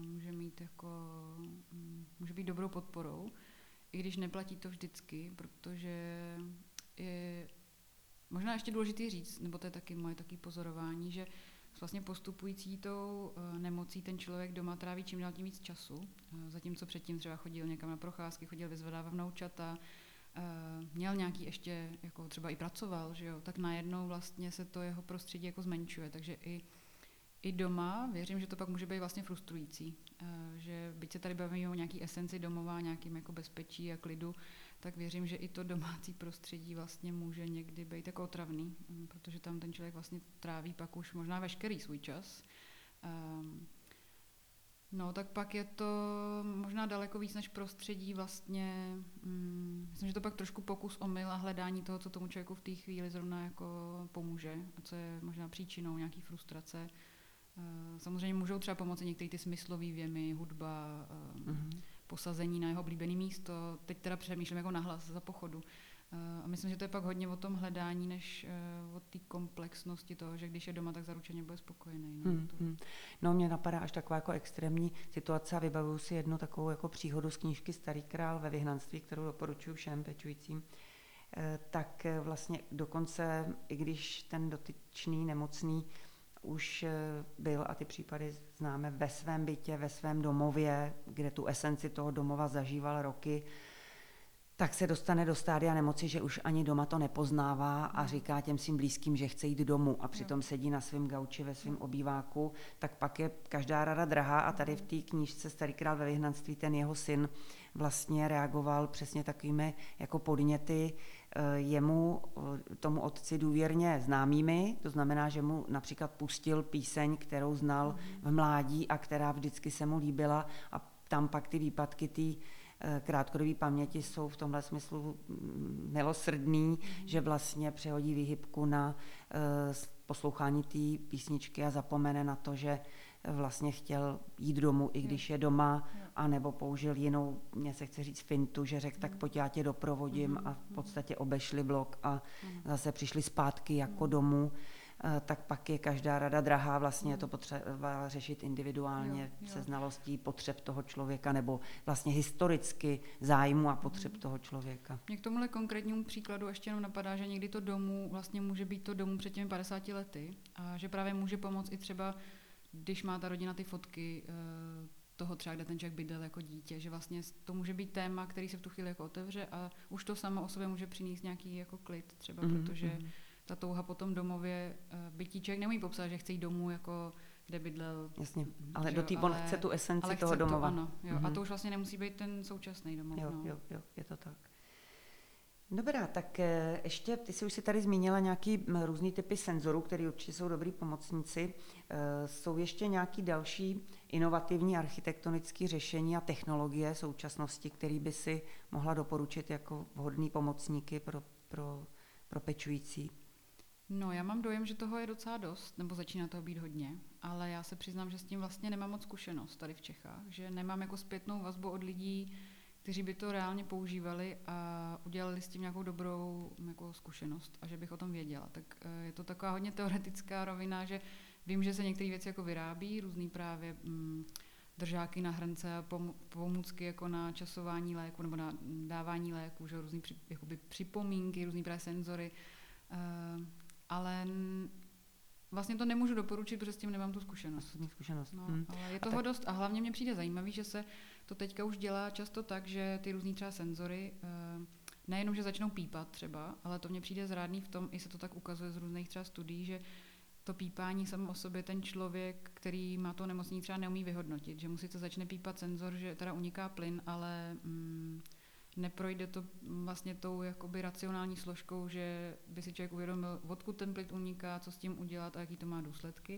může být dobrou podporou, i když neplatí to vždycky, protože je možná ještě důležitý říct, nebo to je taky moje takové pozorování, že vlastně postupující tou nemocí ten člověk doma tráví čím dál tím víc času, zatímco předtím třeba chodil někam na procházky, chodil vyzvedávat vnoučata, měl nějaký ještě, jako třeba i pracoval, že jo, tak najednou vlastně se to jeho prostředí jako zmenšuje, takže i doma věřím, že to pak může být vlastně frustrující, že byť se tady bavíme o nějaký esenci domova, nějakým jako bezpečí a klidu, tak věřím, že i to domácí prostředí vlastně může někdy být jako otravný, protože tam ten člověk vlastně tráví pak už možná veškerý svůj čas. No, tak pak je to možná daleko víc než prostředí vlastně, myslím, že to pak trošku pokus omyl a hledání toho, co tomu člověku v té chvíli zrovna jako pomůže a co je možná příčinou nějaký frustrace. Samozřejmě můžou třeba pomoci některé ty smyslové věmy, hudba, posazení na jeho oblíbené místo. Teď teda přemýšlím jako nahlas za pochodu. A myslím, že to je pak hodně o tom hledání, než o té komplexnosti toho, že když je doma, tak zaručeně bude spokojený. No, mě napadá až taková jako extrémní situace a vybavuju si jednu takovou jako příhodu z knížky Starý král ve vyhnanství, kterou doporučuji všem pečujícím. Tak vlastně dokonce, i když ten dotyčný nemocný už byl, a ty případy známe, ve svém bytě, ve svém domově, kde tu esenci toho domova zažíval roky, tak se dostane do stádia nemoci, že už ani doma to nepoznává a říká těm svým blízkým, že chce jít domů a přitom sedí na svém gauči ve svém obýváku, tak pak je každá rada drahá a tady v té knížce Starý král ve vyhnanství ten jeho syn vlastně reagoval přesně takovými jako podněty jemu, tomu otci důvěrně známými, to znamená, že mu například pustil píseň, kterou znal v mládí a která vždycky se mu líbila a tam pak ty výpadky té krátkodobé paměti jsou v tomhle smyslu milosrdný, že vlastně přehodí výhybku na poslouchání té písničky a zapomene na to, že vlastně chtěl jít domů, i když je doma, anebo použil jinou, mně se chce říct fintu, že řekl, tak pojď, já tě doprovodím a v podstatě obešli blok a zase přišli zpátky jako domů. Tak pak je každá rada drahá, vlastně je to potřeba řešit individuálně se znalostí potřeb toho člověka nebo vlastně historicky zájmu a potřeb toho člověka. Mě k tomuhle konkrétnímu příkladu ještě jenom napadá, že někdy to domů vlastně může být to domů před těmi 50 lety a že právě může pomoct i třeba, když má ta rodina ty fotky toho třeba, kde ten člověk bydlel jako dítě, že vlastně to může být téma, který se v tu chvíli jako otevře a už to samo o sobě může přinést nějaký jako klid třeba, protože ta touha po tom domově, bytí člověk neumí popsat, že chce jít domů, jako kde bydlel. Jasně, ale on chce tu esenci toho domova. Ano, a to už vlastně nemusí být ten současný domov. Jo, je to tak. Dobrá, tak ještě, ty jsi už si tady zmínila nějaký různý typy senzorů, které určitě jsou dobrý pomocníci. Jsou ještě nějaký další inovativní architektonické řešení a technologie současnosti, které by si mohla doporučit jako vhodný pomocníky pro pečující? No, já mám dojem, že toho je docela dost, nebo začíná toho být hodně, ale já se přiznám, že s tím vlastně nemám moc zkušenost tady v Čechách, že nemám jako zpětnou vazbu od lidí, kteří by to reálně používali a udělali s tím nějakou dobrou jako zkušenost a že bych o tom věděla. Tak je to taková hodně teoretická rovina, že vím, že se některé věci jako vyrábí, různý právě držáky na hrnce a pomůcky jako na časování léku nebo na dávání léku, že různý jakoby připomínky, různý právě senzory, ale vlastně to nemůžu doporučit, protože s tím nemám tu zkušenost. No, ale je toho dost a hlavně mně přijde zajímavý, že se to teďka už dělá často tak, že ty různý třeba senzory nejenom, že začnou pípat třeba, ale to mně přijde zrádný v tom, i se to tak ukazuje z různých třeba studií, že to pípání samo o sobě ten člověk, který má to nemocní, třeba neumí vyhodnotit, že mu sice začne pípat senzor, že teda uniká plyn, ale neprojde to vlastně tou jakoby racionální složkou, že by si člověk uvědomil, odkud ten plyn uniká, co s tím udělat a jaký to má důsledky.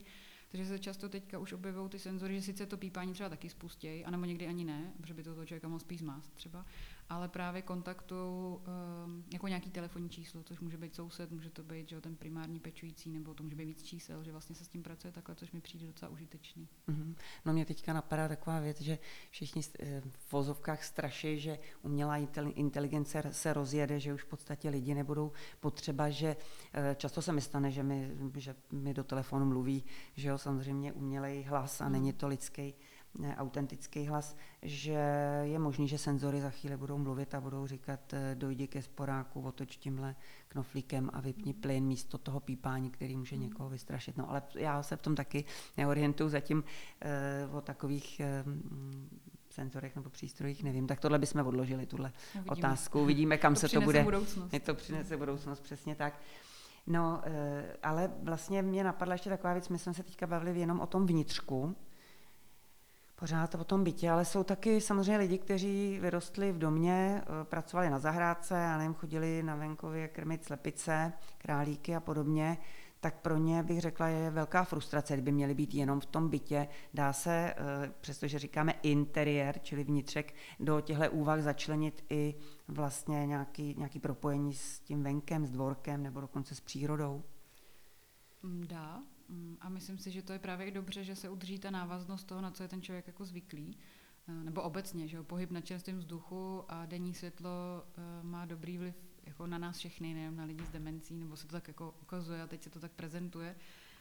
Takže se často teďka už objevují ty senzory, že sice to pípání třeba taky spustějí, anebo někdy ani ne, protože by to toho člověka mohl spíš zmást třeba, ale právě kontaktují jako nějaký telefonní číslo, což může být soused, může to být, že ten primární pečující, nebo to může být víc čísel, že vlastně se s tím pracuje takhle, což mi přijde docela užitečný. No mě teďka napadá taková věc, že všichni v vozovkách straší, že umělá inteligence se rozjede, že už v podstatě lidi nebudou potřeba, že často se mi stane, že mi do telefonu mluví, že jo, samozřejmě umělej hlas a není to lidský, autentický hlas, že je možný, že senzory za chvíli budou mluvit a budou říkat dojdi ke sporáku, otoč tímhle knoflíkem a vypni plyn místo toho pípání, který může někoho vystrašit. No ale já se v tom taky neorientuju zatím o takových senzorech nebo přístrojích, nevím. Tak tohle bychom odložili, tuhle otázku. Uvidíme, kam se to bude. To přinese budoucnost, přesně tak. No, ale vlastně mě napadla ještě taková věc, my jsme se teďka bavili jenom o tom vnitřku, pořád o tom bytě, ale jsou taky samozřejmě lidi, kteří vyrostli v domě, pracovali na zahrádce a nevím, chodili na venkově krmit slepice, králíky a podobně, tak pro ně bych řekla, je velká frustrace, kdyby měli být jenom v tom bytě. Dá se, přestože říkáme interiér, čili vnitřek, do těchto úvah začlenit i vlastně nějaký propojení s tím venkem, s dvorkem nebo dokonce s přírodou? Dá. A myslím si, že to je právě i dobře, že se udrží ta návaznost toho, na co je ten člověk jako zvyklý. Nebo obecně, že pohyb na čerstvém vzduchu a denní světlo má dobrý vliv jako na nás všechny, nejen na lidi s demencí, nebo se to tak jako ukazuje a teď se to tak prezentuje.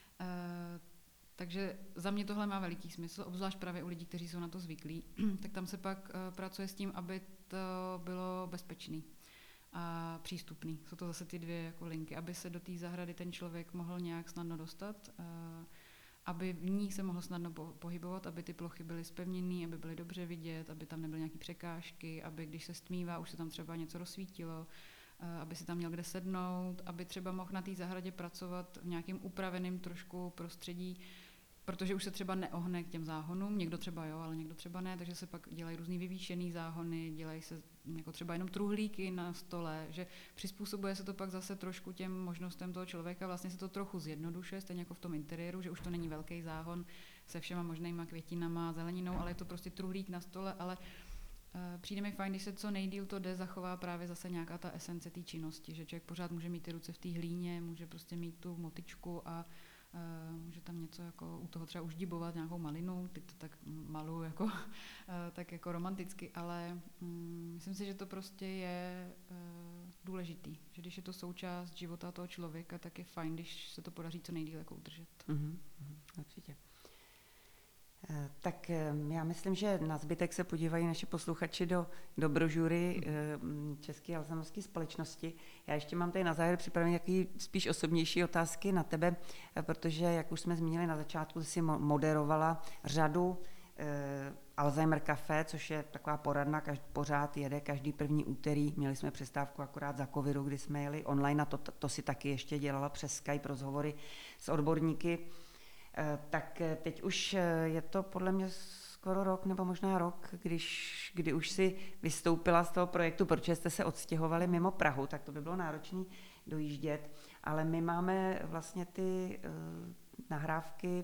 Takže za mě tohle má veliký smysl, obzvlášť právě u lidí, kteří jsou na to zvyklí. Tak tam se pak pracuje s tím, aby to bylo bezpečný a přístupný. Jsou to zase ty dvě jako linky, aby se do té zahrady ten člověk mohl nějak snadno dostat, aby v ní se mohl snadno pohybovat, aby ty plochy byly zpevněné, aby byly dobře vidět, aby tam nebyly nějaké překážky, aby když se stmívá, už se tam třeba něco rozsvítilo, aby si tam měl kde sednout, aby třeba mohl na té zahradě pracovat v nějakém upraveném trošku prostředí, protože už se třeba neohne k těm záhonům, někdo třeba jo, ale někdo třeba ne, takže se pak dělají různý vyvýšený záhony, dělají se jako třeba jenom truhlíky na stole, že přizpůsobuje se to pak zase trošku těm možnostem toho člověka, vlastně se to trochu zjednodušuje, stejně jako v tom interiéru, že už to není velký záhon se všema možnýma květinama, zeleninou, ale je to prostě truhlík na stole, ale přijde mi fajn, když se co nejdýl to jde, zachová právě zase nějaká ta esence té činnosti, že člověk pořád může mít ty ruce v té hlíně, může prostě mít tu motyčku a může tam něco jako u toho třeba uždibovat nějakou malinu, teď to tak malu jako, tak jako romanticky, ale myslím si, že to prostě je důležitý, že když je to součást života toho člověka, tak je fajn, když se to podaří co nejdýle jako udržet. Určitě. Tak já myslím, že na zbytek se podívají naši posluchači do brožury České alzheimerské společnosti. Já ještě mám tady na závěr připravené nějaké spíš osobnější otázky na tebe, protože, jak už jsme zmínili na začátku, jsi moderovala řadu Alzheimer Café, což je taková poradna, pořád jede každý první úterý. Měli jsme přestávku akorát za covidu, kdy jsme jeli online a to si taky ještě dělala přes Skype rozhovory s odborníky. Tak teď už je to podle mě skoro rok nebo možná rok, kdy už si vystoupila z toho projektu, protože jste se odstěhovali mimo Prahu, tak to by bylo náročné dojíždět, ale my máme vlastně ty nahrávky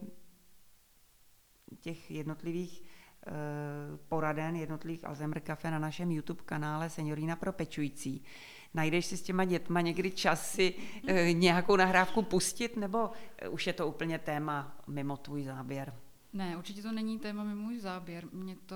těch jednotlivých poraden, jednotlivých Alzheimer Café na našem YouTube kanále Seniorina pro pečující. Najdeš si s těma dětma někdy čas si nějakou nahrávku pustit, nebo už je to úplně téma mimo tvůj záběr? Ne, určitě to není téma mimo můj záběr.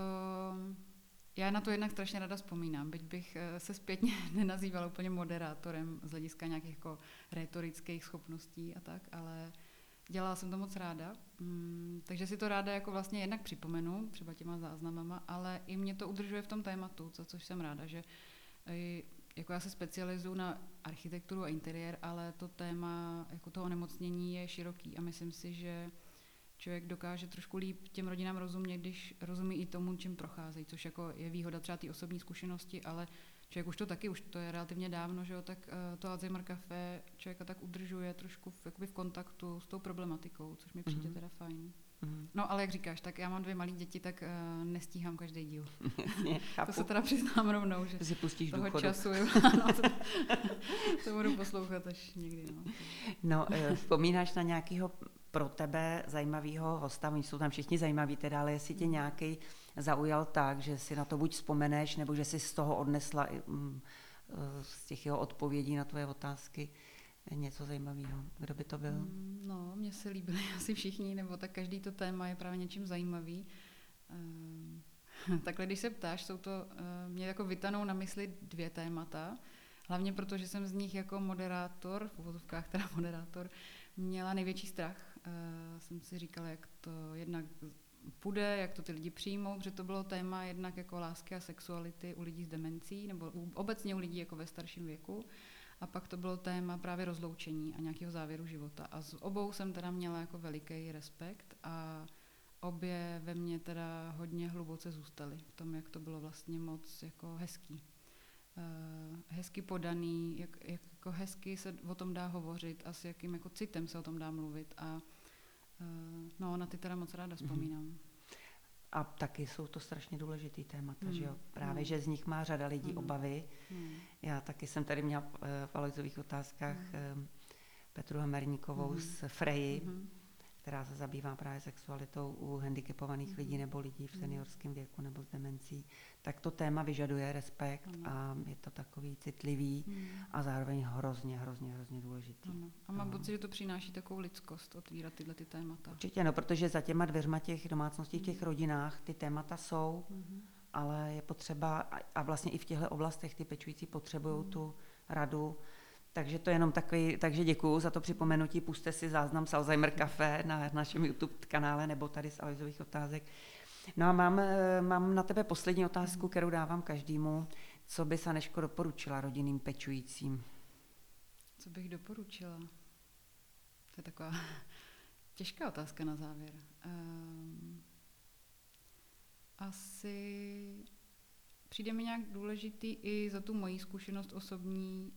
Já na to jednak strašně ráda vzpomínám, byť bych se zpětně nenazývala úplně moderátorem z hlediska nějakých jako rétorických schopností a tak, ale dělala jsem to moc ráda, takže si to ráda jako vlastně jednak připomenu, třeba těma záznamama, ale i mě to udržuje v tom tématu, za což jsem ráda, že jako já se specializuju na architekturu a interiér, ale to téma jako toho onemocnění je široký a myslím si, že člověk dokáže trošku líp těm rodinám rozumět, když rozumí i tomu, čím procházejí, což jako je výhoda třeba té osobní zkušenosti, ale člověk už to je relativně dávno, že jo, tak to Alzheimer Café člověka tak udržuje trošku v kontaktu s tou problematikou, což mi přijde teda fajn. No, ale jak říkáš, tak já mám 2 malé děti, tak nestíhám každý díl. To se teda přiznám rovnou, že si pustíš toho důchodu. času to budu poslouchat až někdy. No, vzpomínáš na nějakého pro tebe zajímavého hosta, oni jsou tam všichni zajímaví teda, ale jestli tě nějaký zaujal tak, že si na to buď vzpomeneš, nebo že si z toho odnesla z těch jeho odpovědí na tvoje otázky něco zajímavého. Kdo by to byl? No, mně se líbili asi všichni, nebo tak každý to téma je právě něčím zajímavý. Takhle, když se ptáš, jsou to, mě jako vytanou na mysli 2 témata, hlavně proto, že jsem z nich jako moderátor, v uvozovkách teda moderátor, měla největší strach. Jsem si říkala, jak to jednak půjde, jak to ty lidi přijmou, protože to bylo téma jednak jako lásky a sexuality u lidí s demencí, nebo obecně u lidí jako ve starším věku. A pak to bylo téma právě rozloučení a nějakého závěru života. A z obou jsem teda měla jako veliký respekt a obě ve mně teda hodně hluboce zůstaly v tom, jak to bylo vlastně moc jako hezký. Hezky podaný, jak jako hezky se o tom dá hovořit a s jakým jako citem se o tom dá mluvit. A no, na ty teda moc ráda vzpomínám. A taky jsou to strašně důležitý témata, že jo? Právě, že z nich má řada lidí obavy. Já taky jsem tady měla v Alojzových otázkách Petru Hamerníkovou z Freji, která se zabývá právě sexualitou u handicapovaných lidí nebo lidí v seniorském věku nebo s demencí. Tak to téma vyžaduje respekt a je to takový citlivý a zároveň hrozně důležitý. A mám pocit, že to přináší takovou lidskost, otvírat tyhle ty témata. Určitě, no, protože za těma dveřma těch domácností, v těch rodinách ty témata jsou, ale je potřeba, a vlastně i v těchto oblastech ty pečující potřebují tu radu. Takže to je jenom takový, takže děkuju za to připomenutí, pusťte si záznam z Alzheimer Café na našem YouTube kanále nebo tady z Alojzových otázek. No a mám na tebe poslední otázku, kterou dávám každému. Co bys, Anežko, doporučila rodinným pečujícím? Co bych doporučila? To je taková těžká otázka na závěr. Asi přijde mi nějak důležitý i za tu moji zkušenost osobní,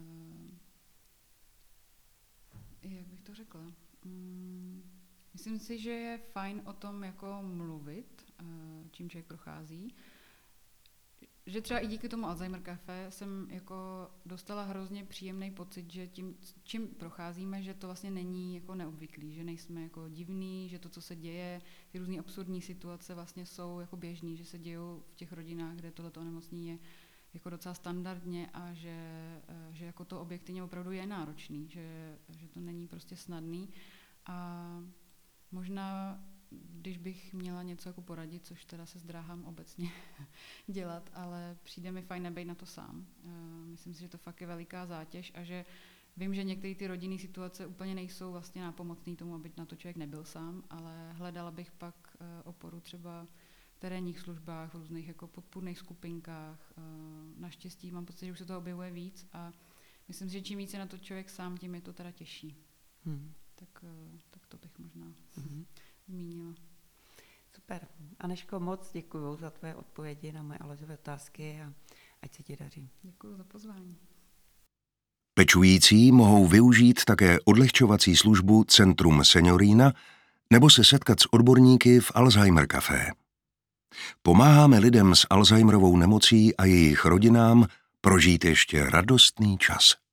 jak bych to řekla. Myslím si, že je fajn o tom jako mluvit, čím člověk prochází. Že třeba i díky tomu Alzheimer Café jsem jako dostala hrozně příjemný pocit, že tím, čím procházíme, že to vlastně není jako neobvyklý, že nejsme jako divný, že to, co se děje, ty různý absurdní situace vlastně jsou jako běžný, že se dějou v těch rodinách, kde tohleto onemocnění je jako docela standardně a že jako to objektivně opravdu je náročný, že to není prostě snadný. A možná, když bych měla něco jako poradit, což teda se zdráhám obecně dělat, ale přijde mi fajn nebejt na to sám. Myslím si, že to fakt je veliká zátěž a že vím, že některé ty rodinné situace úplně nejsou vlastně nápomocný tomu, aby na to člověk nebyl sám, ale hledala bych pak oporu třeba v terénních službách, v různých jako podpůrných skupinkách. Naštěstí mám pocit, že už se toho objevuje víc a myslím si, že čím více na to člověk sám, tím je to teda těžší. Tak to bych možná zmínila. Super. Anežko, moc děkuju za tvoje odpovědi na moje Alojzové otázky a ať se ti daří. Děkuju za pozvání. Pečující mohou využít také odlehčovací službu Centrum Seniorína nebo se setkat s odborníky v Alzheimer Café. Pomáháme lidem s Alzheimerovou nemocí a jejich rodinám prožít ještě radostný čas.